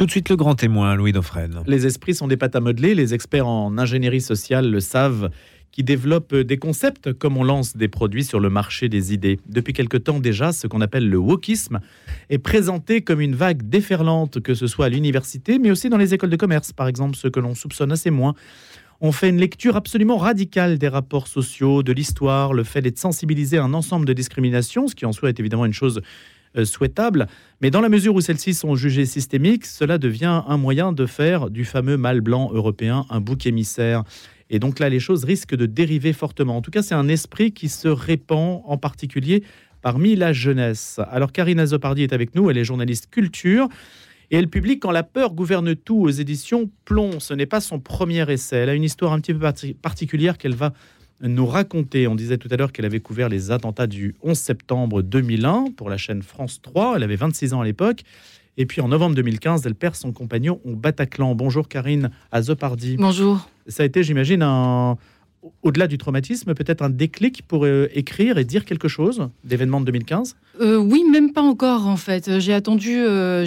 Tout de suite le grand témoin, Louis Dauphren. Les esprits sont des pâtes à modeler, les experts en ingénierie sociale le savent, qui développent des concepts comme on lance des produits sur le marché des idées. Depuis quelque temps déjà, ce qu'on appelle le wokisme est présenté comme une vague déferlante, que ce soit à l'université, mais aussi dans les écoles de commerce, par exemple, ce que l'on soupçonne assez moins. On fait une lecture absolument radicale des rapports sociaux, de l'histoire, le fait d'être sensibilisé à un ensemble de discriminations, ce qui en soi est évidemment une chose souhaitable, mais dans la mesure où celles-ci sont jugées systémiques, cela devient un moyen de faire du fameux mâle blanc européen un bouc émissaire. Et donc là, les choses risquent de dériver fortement. En tout cas, c'est un esprit qui se répand, en particulier parmi la jeunesse. Alors, Karine Azopardi est avec nous, elle est journaliste culture, et elle publie Quand la peur gouverne tout aux éditions Plomb. Ce n'est pas son premier essai. Elle a une histoire un petit peu particulière qu'elle va nous raconter. On disait tout à l'heure qu'elle avait couvert les attentats du 11 septembre 2001 pour la chaîne France 3. Elle avait 26 ans à l'époque. Et puis en novembre 2015, elle perd son compagnon au Bataclan. Bonjour Karine Azopardi. Bonjour. Ça a été, j'imagine, au-delà du traumatisme, peut-être un déclic pour écrire et dire quelque chose d'événements de 2015 ? Oui, même pas encore en fait. J'ai attendu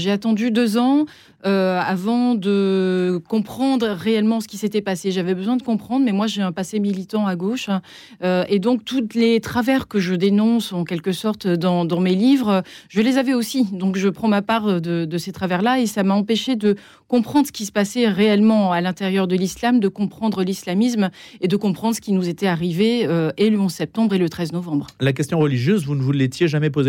2 ans avant de comprendre réellement ce qui s'était passé. J'avais besoin de comprendre, mais moi j'ai un passé militant à gauche. Et donc tous les travers que je dénonce en quelque sorte dans mes livres, je les avais aussi. Donc je prends ma part de ces travers-là et ça m'a empêché de comprendre ce qui se passait réellement à l'intérieur de l'islam, de comprendre l'islamisme et de comprendre ce qui nous était arrivé et le 11 septembre et le 13 novembre. La question religieuse, vous ne vous l'étiez jamais posée ?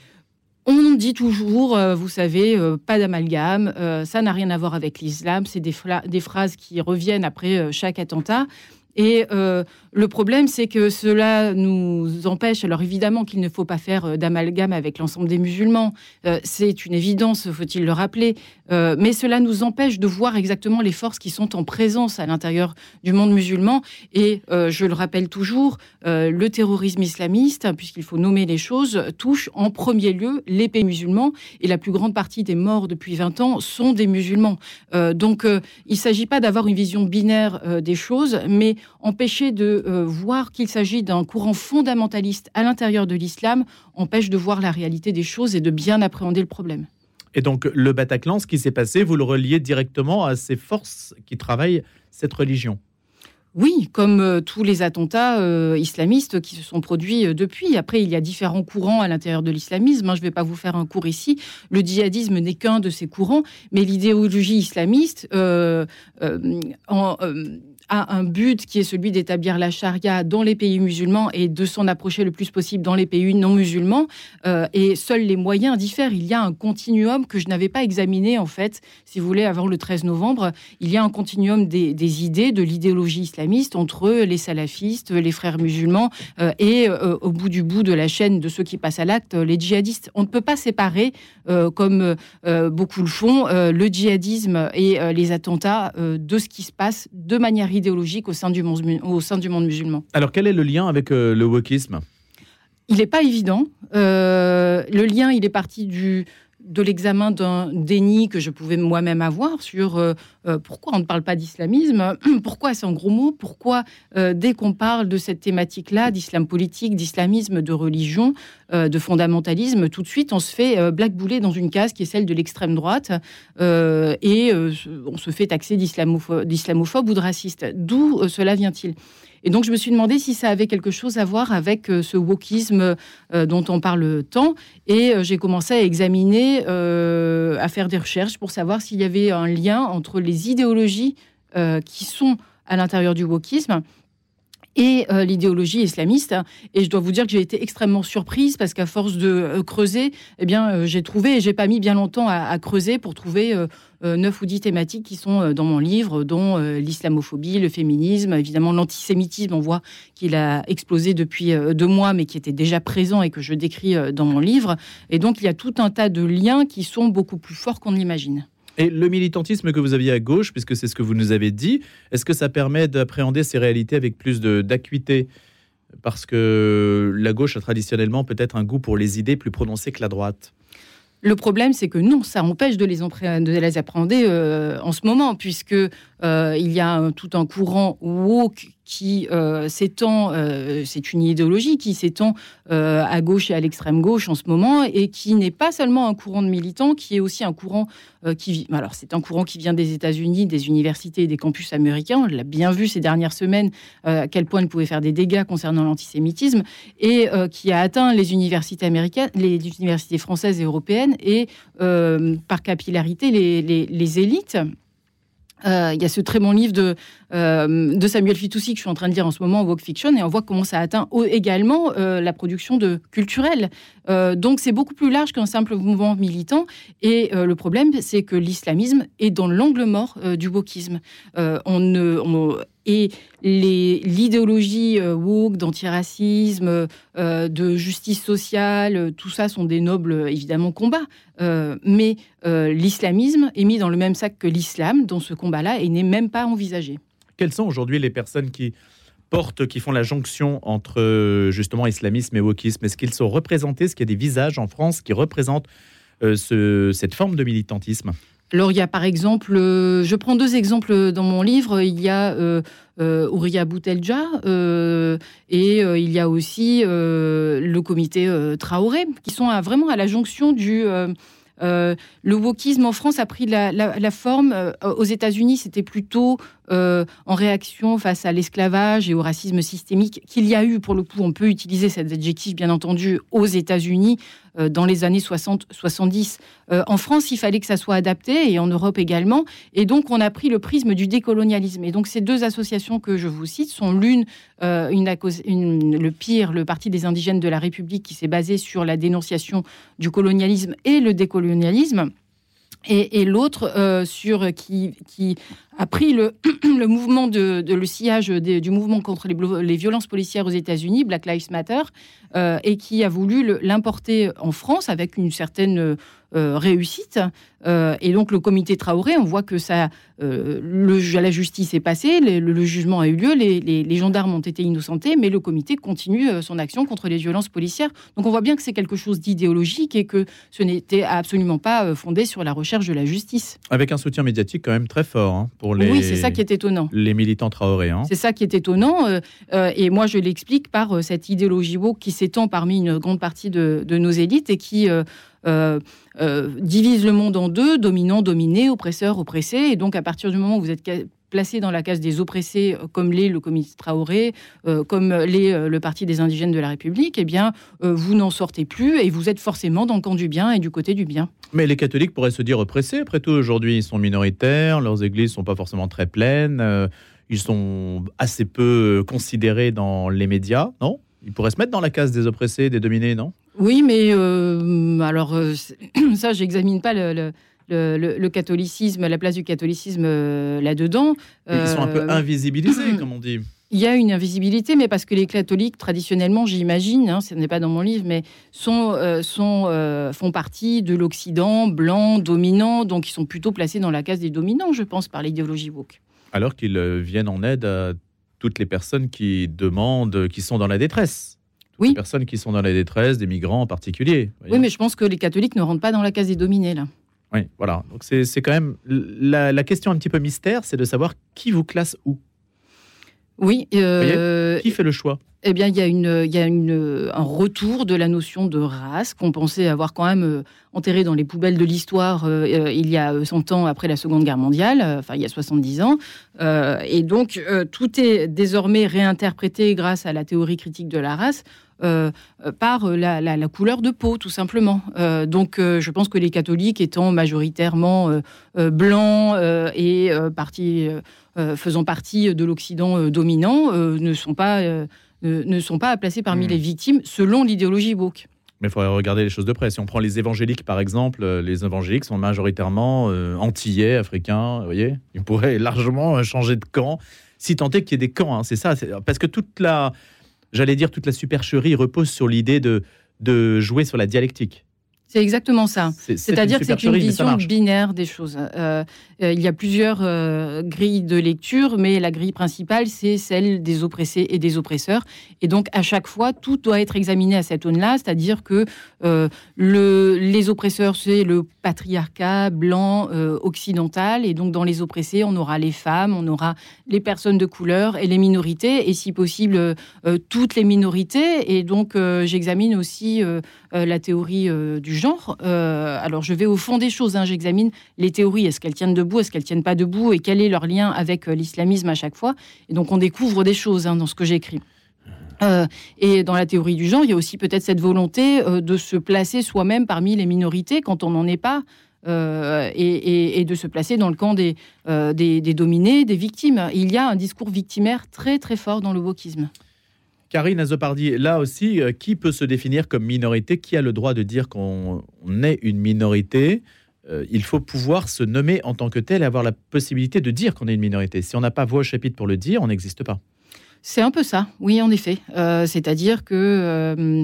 On dit toujours, vous savez, pas d'amalgame, ça n'a rien à voir avec l'islam, c'est des phrases qui reviennent après chaque attentat. Et le problème, c'est que cela nous empêche, alors évidemment qu'il ne faut pas faire d'amalgame avec l'ensemble des musulmans, c'est une évidence, faut-il le rappeler, mais cela nous empêche de voir exactement les forces qui sont en présence à l'intérieur du monde musulman. Et je le rappelle toujours, le terrorisme islamiste, puisqu'il faut nommer les choses, touche en premier lieu les pays musulmans, et la plus grande partie des morts depuis 20 ans sont des musulmans. Donc il ne s'agit pas d'avoir une vision binaire des choses, mais empêcher de voir qu'il s'agit d'un courant fondamentaliste à l'intérieur de l'islam empêche de voir la réalité des choses et de bien appréhender le problème. Et donc le Bataclan, ce qui s'est passé, vous le reliez directement à ces forces qui travaillent cette religion ? Oui, comme tous les attentats islamistes qui se sont produits depuis. Après, il y a différents courants à l'intérieur de l'islamisme. Je ne vais pas vous faire un cours ici. Le djihadisme n'est qu'un de ces courants, mais l'idéologie islamiste a un but qui est celui d'établir la charia dans les pays musulmans et de s'en approcher le plus possible dans les pays non musulmans. Et seuls les moyens diffèrent. Il y a un continuum que je n'avais pas examiné, en fait, si vous voulez, avant le 13 novembre. Il y a un continuum des idées, de l'idéologie islamiste entre les salafistes, les frères musulmans et au bout du bout de la chaîne de ceux qui passent à l'acte, les djihadistes. On ne peut pas séparer, comme beaucoup le font, le djihadisme et les attentats de ce qui se passe de manière idéologique au sein du monde musulman. Alors, quel est le lien avec le wokisme ? Il n'est pas évident. Le lien, il est parti de l'examen d'un déni que je pouvais moi-même avoir sur pourquoi on ne parle pas d'islamisme, pourquoi c'est un gros mot, pourquoi dès qu'on parle de cette thématique-là, d'islam politique, d'islamisme, de religion, de fondamentalisme, tout de suite on se fait blackbouler dans une case qui est celle de l'extrême droite et on se fait taxer d'islamophobe ou de raciste. D'où cela vient-il ? Et donc, je me suis demandé si ça avait quelque chose à voir avec ce wokisme dont on parle tant. Et j'ai commencé à examiner, à faire des recherches pour savoir s'il y avait un lien entre les idéologies qui sont à l'intérieur du wokisme et l'idéologie islamiste. Et je dois vous dire que j'ai été extrêmement surprise parce qu'à force de creuser, eh bien, j'ai trouvé, et j'ai pas mis bien longtemps à creuser pour trouver 9 ou 10 thématiques qui sont dans mon livre, dont l'islamophobie, le féminisme, évidemment l'antisémitisme. On voit qu'il a explosé depuis 2 mois, mais qui était déjà présent et que je décris dans mon livre. Et donc, il y a tout un tas de liens qui sont beaucoup plus forts qu'on ne l'imagine. Et le militantisme que vous aviez à gauche, puisque c'est ce que vous nous avez dit, est-ce que ça permet d'appréhender ces réalités avec plus d'acuité ? Parce que la gauche a traditionnellement peut-être un goût pour les idées plus prononcé que la droite. Le problème, c'est que non, ça empêche de les appréhender en ce moment, puisque il y a tout un courant woke qui s'étend, c'est une idéologie qui s'étend à gauche et à l'extrême gauche en ce moment, et qui n'est pas seulement un courant de militants, qui est aussi un courant c'est un courant qui vient des États-Unis, des universités et des campus américains. On l'a bien vu ces dernières semaines, à quel point il pouvait faire des dégâts concernant l'antisémitisme, et qui a atteint les universités américaines, les universités françaises et européennes, et par capillarité les élites. Il y a ce très bon livre de Samuel Fitoussi que je suis en train de lire en ce moment, Woke Fiction, et on voit comment ça atteint également la production culturelle. Donc c'est beaucoup plus large qu'un simple mouvement militant, et le problème, c'est que l'islamisme est dans l'angle mort du wokisme. Et l'idéologie woke, d'antiracisme, de justice sociale, tout ça sont des nobles, évidemment, combats. Mais l'islamisme est mis dans le même sac que l'islam dans ce combat-là et n'est même pas envisagé. Quelles sont aujourd'hui les personnes qui font la jonction entre justement islamisme et wokisme? Est-ce qu'ils sont représentés? Est-ce qu'il y a des visages en France qui représentent cette forme de militantisme? Alors, il y a par exemple, je prends 2 exemples dans mon livre. Il y a Ouria Boutelja et il y a aussi le comité Traoré, qui sont vraiment à la jonction du... le wokisme en France a pris la forme. Aux États-Unis, c'était plutôt en réaction face à l'esclavage et au racisme systémique qu'il y a eu, pour le coup, on peut utiliser cet adjectif, bien entendu, aux États-Unis dans les années 60-70. En France, il fallait que ça soit adapté, et en Europe également. Et donc, on a pris le prisme du décolonialisme. Et donc, ces 2 associations que je vous cite sont l'une, le PIR, le Parti des indigènes de la République, qui s'est basé sur la dénonciation du colonialisme et le décolonialisme, et l'autre qui a pris le mouvement le sillage du mouvement contre les violences policières aux États-Unis, Black Lives Matter, et qui a voulu l'importer en France avec une certaine réussite. Et donc le comité Traoré, on voit que la justice est passée, le jugement a eu lieu, les gendarmes ont été innocentés, mais le comité continue son action contre les violences policières. Donc on voit bien que c'est quelque chose d'idéologique et que ce n'était absolument pas fondé sur la recherche de la justice. Avec un soutien médiatique quand même très fort pour oui, c'est ça qui est étonnant. Les militants Traoré. C'est ça qui est étonnant. Et moi, je l'explique par cette idéologie woke qui s'étend parmi une grande partie de nos élites et qui divise le monde en 2, dominant, dominé, oppresseur, oppressé. Et donc, à partir du moment où vous êtes placé dans la case des oppressés, comme le comité Traoré, comme le Parti des indigènes de la République, eh bien, vous n'en sortez plus et vous êtes forcément dans le camp du bien et du côté du bien. Mais les catholiques pourraient se dire oppressés. Après tout, aujourd'hui, ils sont minoritaires, leurs églises ne sont pas forcément très pleines, ils sont assez peu considérés dans les médias, non? Ils pourraient se mettre dans la case des oppressés, des dominés, non? Oui, mais ça, j'examine pas le catholicisme, la place du catholicisme là-dedans. Ils sont un peu invisibilisés, comme on dit. Il y a une invisibilité, mais parce que les catholiques, traditionnellement, j'imagine, ce n'est pas dans mon livre, mais font partie de l'Occident blanc, dominant, donc ils sont plutôt placés dans la case des dominants, je pense, par l'idéologie woke. Alors qu'ils viennent en aide à toutes les personnes qui sont dans la détresse. Oui. Les personnes qui sont dans la détresse, des migrants en particulier. Oui, mais je pense que les catholiques ne rentrent pas dans la case des dominés, là. Oui, voilà. Donc c'est quand même... La question un petit peu mystère, c'est de savoir qui vous classe où. Oui. Qui fait le choix? Eh bien, il y a un retour de la notion de race qu'on pensait avoir quand même enterré dans les poubelles de l'histoire il y a 100 ans après la Seconde Guerre mondiale, il y a 70 ans. Et donc, tout est désormais réinterprété grâce à la théorie critique de la race par la couleur de peau, tout simplement. Donc, je pense que les catholiques, étant majoritairement blancs et faisant partie de l'Occident dominant, ne sont pas placés parmi les victimes selon l'idéologie woke. Mais il faudrait regarder les choses de près. Si on prend les évangéliques, par exemple, les évangéliques sont majoritairement antillais, africains, vous voyez. Ils pourraient largement changer de camp, si tant est qu'il y ait des camps, c'est ça. Parce que toute la supercherie repose sur l'idée de jouer sur la dialectique. C'est exactement ça. C'est-à-dire que c'est une vision binaire des choses. Il y a plusieurs grilles de lecture, mais la grille principale, c'est celle des oppressés et des oppresseurs. Et donc, à chaque fois, tout doit être examiné à cette aune-là, c'est-à-dire que les oppresseurs, c'est le patriarcat blanc occidental, et donc dans les oppressés, on aura les femmes, on aura les personnes de couleur et les minorités, et si possible, toutes les minorités. Et donc, j'examine aussi la théorie du genre. Alors, je vais au fond des choses. J'examine les théories. Est-ce qu'elles tiennent debout? Est-ce qu'elles tiennent pas debout? Et quel est leur lien avec l'islamisme à chaque fois? Et donc, on découvre des choses dans ce que j'écris. Et dans la théorie du genre, il y a aussi peut-être cette volonté de se placer soi-même parmi les minorités quand on n'en est pas. Et de se placer dans le camp des dominés, des victimes. Il y a un discours victimaire très, très fort dans le wokisme. Karine Azzopardi, là aussi, qui peut se définir comme minorité? Qui a le droit de dire qu'on est une minorité? Il faut pouvoir se nommer en tant que tel et avoir la possibilité de dire qu'on est une minorité. Si on n'a pas voix au chapitre pour le dire, on n'existe pas. C'est un peu ça, oui, en effet. C'est-à-dire que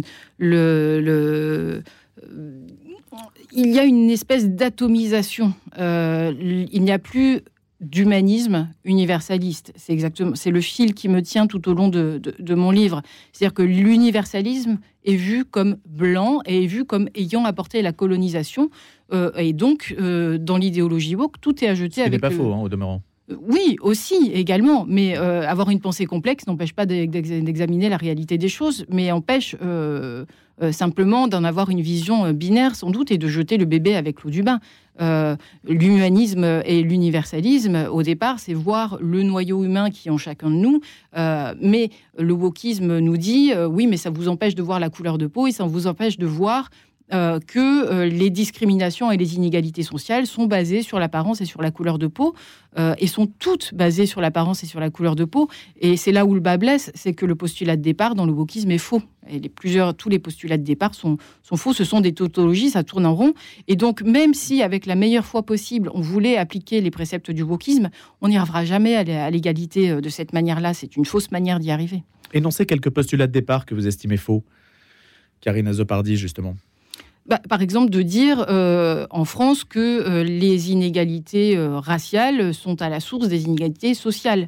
il y a une espèce d'atomisation. Il n'y a plus d'humanisme universaliste. C'est le fil qui me tient tout au long de mon livre. C'est-à-dire que l'universalisme est vu comme blanc et est vu comme ayant apporté la colonisation. Et donc, dans l'idéologie woke, tout est à jeter avec... Ce n'est pas faux, au demeurant. Oui, aussi, également. Mais avoir une pensée complexe n'empêche pas d'examiner la réalité des choses, mais empêche simplement d'en avoir une vision binaire, sans doute, et de jeter le bébé avec l'eau du bain. L'humanisme et l'universalisme, au départ, c'est voir le noyau humain qui est en chacun de nous. Mais le wokisme nous dit, oui, mais ça vous empêche de voir la couleur de peau et ça vous empêche de voir que les discriminations et les inégalités sociales sont basées sur l'apparence et sur la couleur de peau, et sont toutes basées sur l'apparence et sur la couleur de peau. Et c'est là où le bas blesse, c'est que le postulat de départ dans le wokisme est faux. Et tous les postulats de départ sont faux, ce sont des tautologies, ça tourne en rond. Et donc, même si, avec la meilleure foi possible, on voulait appliquer les préceptes du wokisme, on n'y arrivera jamais à l'égalité de cette manière-là. C'est une fausse manière d'y arriver. Énoncez quelques postulats de départ que vous estimez faux, Karine Azzopardi, justement. Par exemple, de dire en France que les inégalités raciales sont à la source des inégalités sociales.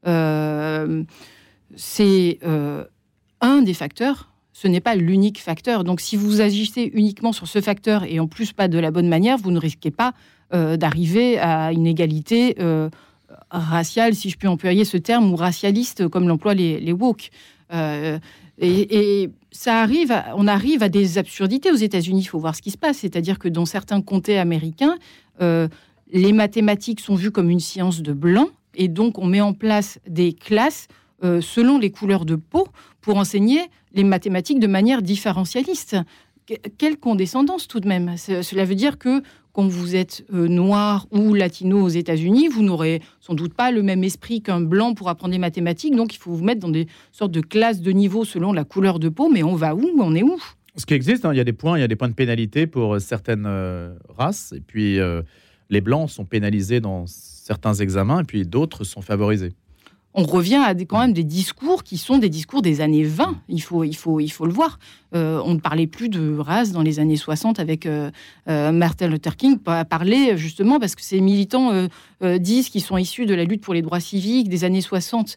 C'est un des facteurs, ce n'est pas l'unique facteur. Donc, si vous agissez uniquement sur ce facteur et en plus pas de la bonne manière, vous ne risquez pas d'arriver à une égalité raciale, si je puis employer ce terme, ou racialiste, comme l'emploient les woke. Et ça arrive, on arrive à des absurdités aux États-Unis. Il faut voir ce qui se passe. C'est-à-dire que dans certains comtés américains, les mathématiques sont vues comme une science de blanc, et donc on met en place des classes selon les couleurs de peau pour enseigner les mathématiques de manière différentialiste. Quelle condescendance tout de même. Cela veut dire que quand vous êtes noir ou latino aux États-Unis, vous n'aurez sans doute pas le même esprit qu'un blanc pour apprendre les mathématiques. Donc, il faut vous mettre dans des sortes de classes de niveau selon la couleur de peau. Mais on va où? On est où? Ce qui existe, il y a des points de pénalité pour certaines races. Et puis, les blancs sont pénalisés dans certains examens et puis d'autres sont favorisés. On revient à quand même des discours qui sont des discours des années 20. Il faut le voir. On ne parlait plus de race dans les années 60 avec Martin Luther King. Parlait justement parce que ces militants disent qu'ils sont issus de la lutte pour les droits civiques des années 60.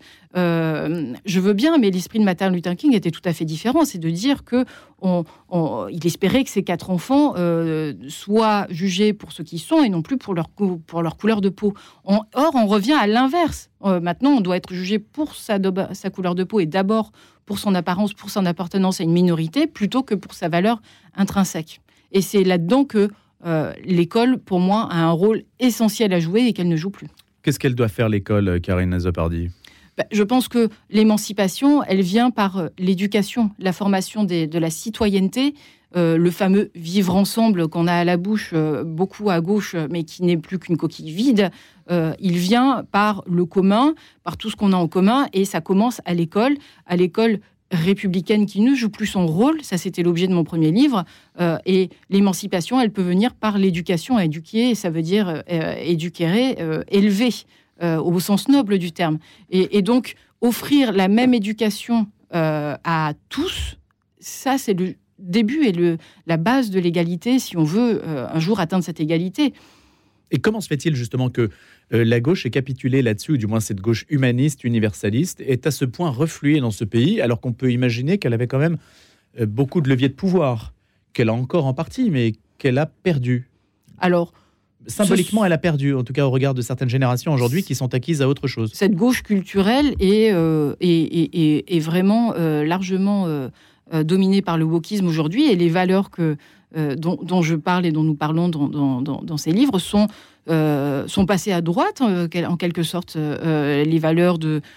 Je veux bien, mais l'esprit de Martin Luther King était tout à fait différent. C'est de dire que il espérait que ces 4 enfants soient jugés pour ce qu'ils sont et non plus pour leur couleur de peau. Or, on revient à l'inverse. Maintenant, on doit être jugé pour sa couleur de peau et d'abord pour son apparence, pour son appartenance à une minorité, plutôt que pour sa valeur intrinsèque. Et c'est là-dedans que l'école, pour moi, a un rôle essentiel à jouer et qu'elle ne joue plus. Qu'est-ce qu'elle doit faire, l'école, Karine Azzopardi ? Je pense que l'émancipation, elle vient par l'éducation, la formation de la citoyenneté, le fameux vivre ensemble qu'on a à la bouche, beaucoup à gauche, mais qui n'est plus qu'une coquille vide. Il vient par le commun, par tout ce qu'on a en commun, et ça commence à l'école républicaine qui ne joue plus son rôle. Ça, c'était l'objet de mon premier livre. Et l'émancipation, elle peut venir par l'éducation. Éduquer, ça veut dire éduquer, élever, au sens noble du terme. Et donc, offrir la même éducation à tous, ça, c'est début et la base de l'égalité si on veut un jour atteindre cette égalité. Et comment se fait-il justement que la gauche ait capitulé là-dessus, ou du moins cette gauche humaniste, universaliste, est à ce point refluée dans ce pays, alors qu'on peut imaginer qu'elle avait quand même beaucoup de leviers de pouvoir, qu'elle a encore en partie, mais qu'elle a perdu. Alors, symboliquement, elle a perdu, en tout cas au regard de certaines générations aujourd'hui qui sont acquises à autre chose. Cette gauche culturelle est vraiment largement dominée par le wokisme aujourd'hui, et les valeurs dont je parle et dont nous parlons dans ces livres sont passées à droite, en quelque sorte. Les valeurs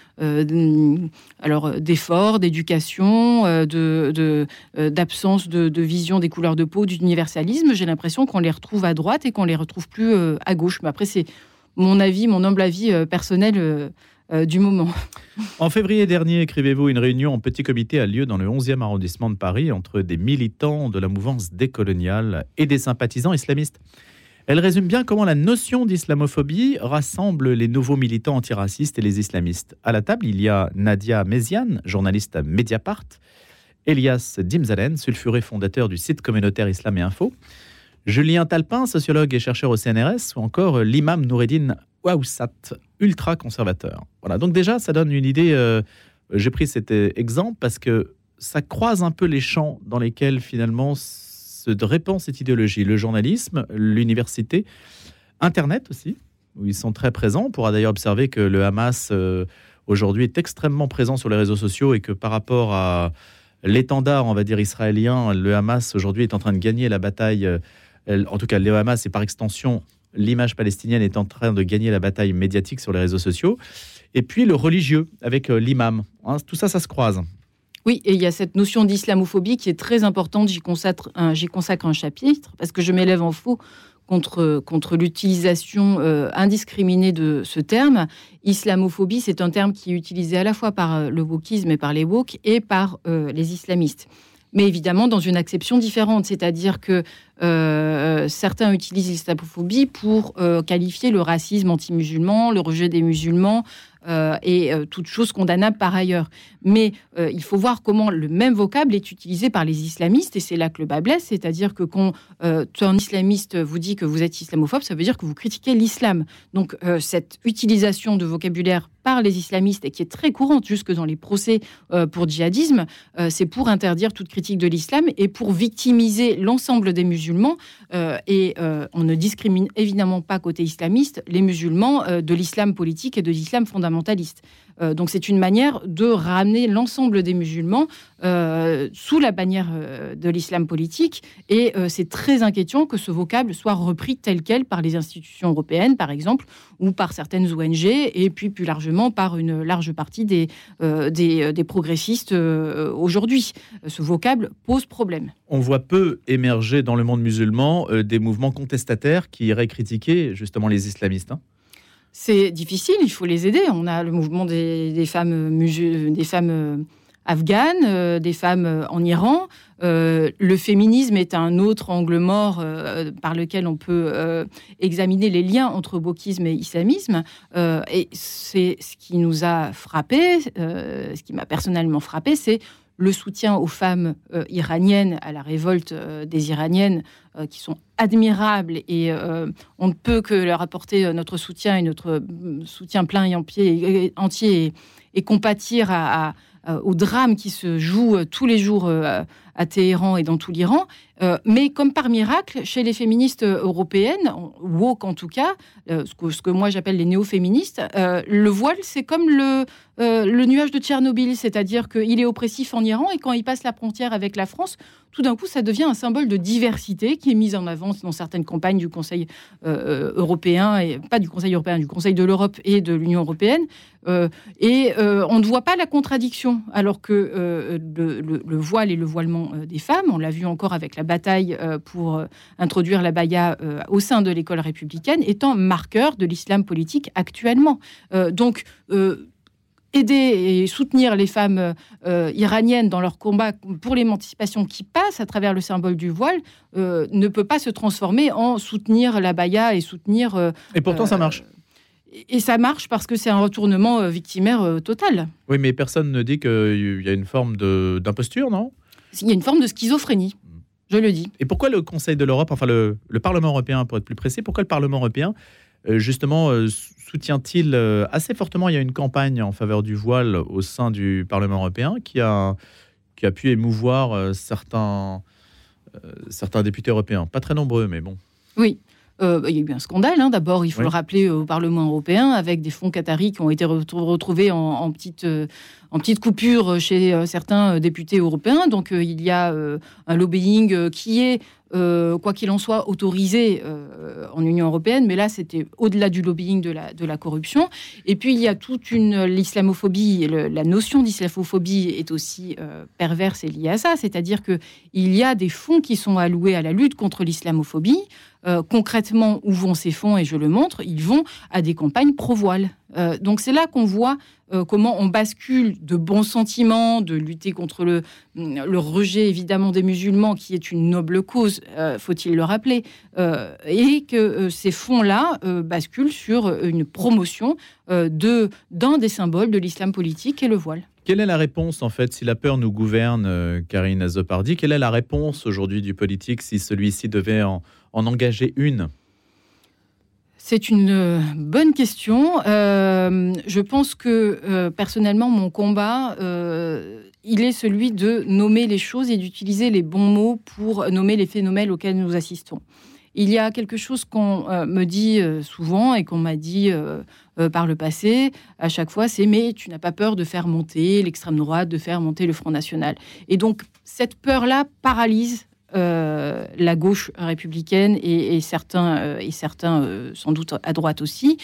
d'effort, d'éducation, d'absence de vision des couleurs de peau, d'universalisme. J'ai l'impression qu'on les retrouve à droite et qu'on les retrouve plus à gauche. Mais après, c'est mon humble avis personnel du moment. En février dernier, écrivez-vous, une réunion en petit comité a lieu dans le 11e arrondissement de Paris entre des militants de la mouvance décoloniale et des sympathisants islamistes. Elle résume bien comment la notion d'islamophobie rassemble les nouveaux militants antiracistes et les islamistes. À la table, il y a Nadia Méziane, journaliste à Mediapart, Elias Dimzalen, sulfuré fondateur du site communautaire Islam et Info, Julien Talpin, sociologue et chercheur au CNRS, ou encore l'imam Noureddin Ouaoussat, ultra-conservateur. Voilà, donc déjà, ça donne une idée. J'ai pris cet exemple parce que ça croise un peu les champs dans lesquels finalement se répand cette idéologie. Le journalisme, l'université, Internet aussi, où ils sont très présents. On pourra d'ailleurs observer que le Hamas, aujourd'hui, est extrêmement présent sur les réseaux sociaux et que par rapport à l'étendard, on va dire, israélien, le Hamas, aujourd'hui, est en train de gagner la bataille. En tout cas, le Hamas et par extension l'image palestinienne est en train de gagner la bataille médiatique sur les réseaux sociaux. Et puis le religieux avec l'imam. Hein, tout ça, ça se croise. Oui, et il y a cette notion d'islamophobie qui est très importante. J'y consacre un chapitre parce que je m'élève en faux contre l'utilisation indiscriminée de ce terme. Islamophobie, c'est un terme qui est utilisé à la fois par le wokisme et par les woke et par les islamistes. Mais évidemment dans une acception différente, c'est-à-dire que certains utilisent l'islamophobie pour qualifier le racisme anti-musulman, le rejet des musulmans et toute chose condamnable par ailleurs. Mais il faut voir comment le même vocable est utilisé par les islamistes, et c'est là que le bas blesse, c'est-à-dire que quand un islamiste vous dit que vous êtes islamophobe, ça veut dire que vous critiquez l'islam. Donc cette utilisation de vocabulaire par les islamistes, et qui est très courante jusque dans les procès pour djihadisme, c'est pour interdire toute critique de l'islam et pour victimiser l'ensemble des musulmans. Et on ne discrimine évidemment pas côté islamiste les musulmans de l'islam politique et de l'islam fondamentaliste. Donc c'est une manière de ramener l'ensemble des musulmans sous la bannière de l'islam politique, et c'est très inquiétant que ce vocable soit repris tel quel par les institutions européennes, par exemple, ou par certaines ONG, et puis plus largement par une large partie des progressistes aujourd'hui. Ce vocable pose problème. On voit peu émerger dans le monde musulman des mouvements contestataires qui iraient critiquer justement les islamistes. C'est difficile, il faut les aider. On a le mouvement des femmes afghanes, des femmes en Iran. Le féminisme est un autre angle mort par lequel on peut examiner les liens entre wokisme et islamisme. Et c'est ce qui nous a frappé, ce qui m'a personnellement frappé, c'est le soutien aux femmes iraniennes, à la révolte des Iraniennes, qui sont admirables, et on ne peut que leur apporter notre soutien, et notre soutien plein et entier, et compatir au drame qui se joue tous les jours à Téhéran et dans tout l'Iran. Mais comme par miracle, chez les féministes européennes, woke en tout cas, ce que moi j'appelle les néo-féministes, le voile, c'est comme le nuage de Tchernobyl, c'est-à-dire qu'il est oppressif en Iran, et quand il passe la frontière avec la France, tout d'un coup, ça devient un symbole de diversité qui est mise en avant dans certaines campagnes du Conseil européen, et pas du Conseil européen, du Conseil de l'Europe et de l'Union européenne. On ne voit pas la contradiction, alors que le voile et le voilement des femmes, on l'a vu encore avec la bataille pour introduire la baya au sein de l'école républicaine, étant marqueur de l'islam politique actuellement. Donc, aider et soutenir les femmes iraniennes dans leur combat pour l'émancipation qui passe à travers le symbole du voile ne peut pas se transformer en soutenir la baya et soutenir... et pourtant, ça marche. Et ça marche parce que c'est un retournement victimaire total. Oui, mais personne ne dit qu'il y a une forme d'imposture, non ? Il y a une forme de schizophrénie. Je le dis. Et pourquoi le Conseil de l'Europe, enfin le Parlement européen pour être plus précis, pourquoi le Parlement européen justement soutient-il assez fortement? Il y a une campagne en faveur du voile au sein du Parlement européen qui a pu émouvoir certains députés européens. Pas très nombreux, mais bon. Oui. Il y a eu un scandale. D'abord, il faut le rappeler au Parlement européen, avec des fonds qataris qui ont été retrouvés en petite coupure chez certains députés européens. Donc, il y a un lobbying qui est, quoi qu'il en soit, autorisé en Union européenne. Mais là, c'était au-delà du lobbying de la corruption. Et puis, il y a toute l'islamophobie. La notion d'islamophobie est aussi perverse et liée à ça. C'est-à-dire qu'il y a des fonds qui sont alloués à la lutte contre l'islamophobie. Concrètement, où vont ces fonds? Et je le montre, ils vont à des campagnes pro-voile. Donc c'est là qu'on voit comment on bascule de bons sentiments, de lutter contre le rejet évidemment des musulmans, qui est une noble cause, faut-il le rappeler, et que ces fonds-là basculent sur une promotion d'un des symboles de l'islam politique, qui est le voile. Quelle est la réponse, en fait, si la peur nous gouverne, Karine Azzopardi? Quelle est la réponse aujourd'hui du politique si celui-ci devait en engager une? C'est une bonne question. Je pense que, personnellement, mon combat, il est celui de nommer les choses et d'utiliser les bons mots pour nommer les phénomènes auxquels nous assistons. Il y a quelque chose qu'on me dit souvent et qu'on m'a dit par le passé, à chaque fois, c'est « mais tu n'as pas peur de faire monter l'extrême droite, de faire monter le Front National ». Et donc, cette peur-là paralyse la gauche républicaine et certains sans doute à droite aussi.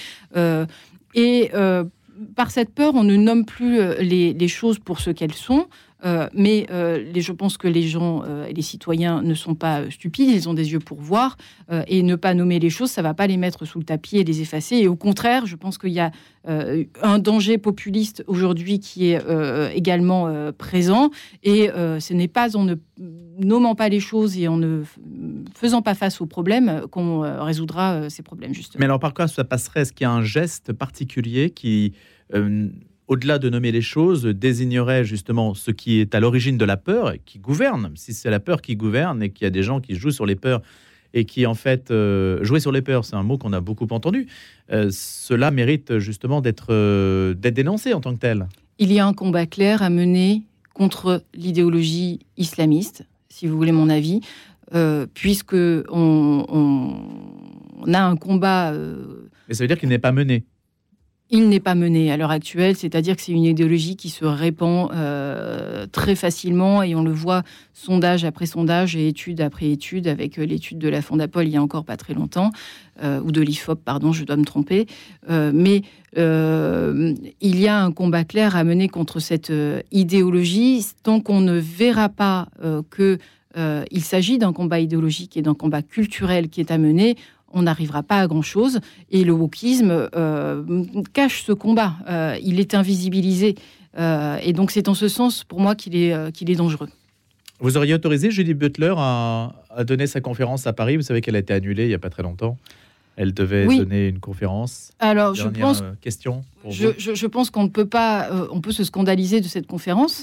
Par cette peur, on ne nomme plus les choses pour ce qu'elles sont. Mais je pense que les gens et les citoyens ne sont pas stupides, ils ont des yeux pour voir, et ne pas nommer les choses, ça ne va pas les mettre sous le tapis et les effacer. Et au contraire, je pense qu'il y a un danger populiste aujourd'hui qui est également présent, et ce n'est pas en ne nommant pas les choses et en ne faisant pas face aux problèmes qu'on résoudra ces problèmes, justement. Mais alors par quoi ça passerait? Est-ce qu'il y a un geste particulier qui... au-delà de nommer les choses, désignerait justement ce qui est à l'origine de la peur, qui gouverne? Si c'est la peur qui gouverne et qu'il y a des gens qui jouent sur les peurs et qui, en fait, jouer sur les peurs, c'est un mot qu'on a beaucoup entendu, cela mérite justement d'être dénoncé en tant que tel. Il y a un combat clair à mener contre l'idéologie islamiste, si vous voulez mon avis, puisque on a un combat... Mais ça veut dire qu'il n'est pas mené? Il n'est pas mené à l'heure actuelle, c'est-à-dire que c'est une idéologie qui se répand très facilement, et on le voit sondage après sondage et étude après étude, avec l'étude de la Fondapol il y a encore pas très longtemps, ou de l'IFOP, pardon, je dois me tromper. Mais il y a un combat clair à mener contre cette idéologie, tant qu'on ne verra pas qu'il s'agit d'un combat idéologique et d'un combat culturel qui est à mener. On n'arrivera pas à grand-chose. Et le wokisme cache ce combat. Il est invisibilisé. Et donc, c'est en ce sens, pour moi, qu'il est dangereux. Vous auriez autorisé Judith Butler à donner sa conférence à Paris? Vous savez qu'elle a été annulée il n'y a pas très longtemps. Elle devait donner une conférence. Alors, je pense... question pour je pense qu'on ne peut pas... on peut se scandaliser de cette conférence.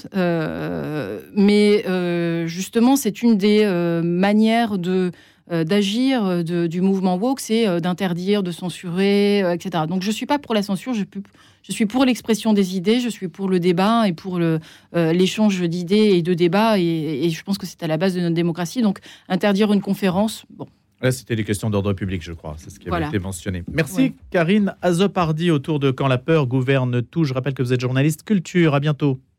Mais justement, c'est une des manières d'agir du mouvement woke, c'est d'interdire, de censurer, etc. Donc je ne suis pas pour la censure, je suis pour l'expression des idées, je suis pour le débat et pour l'échange d'idées et de débats, et je pense que c'est à la base de notre démocratie. Donc interdire une conférence, bon. Là, c'était des questions d'ordre public, je crois. C'est ce qui avait été mentionné. Merci, Karine Azzopardi, autour de Quand la peur gouverne tout. Je rappelle que vous êtes journaliste culture. À bientôt.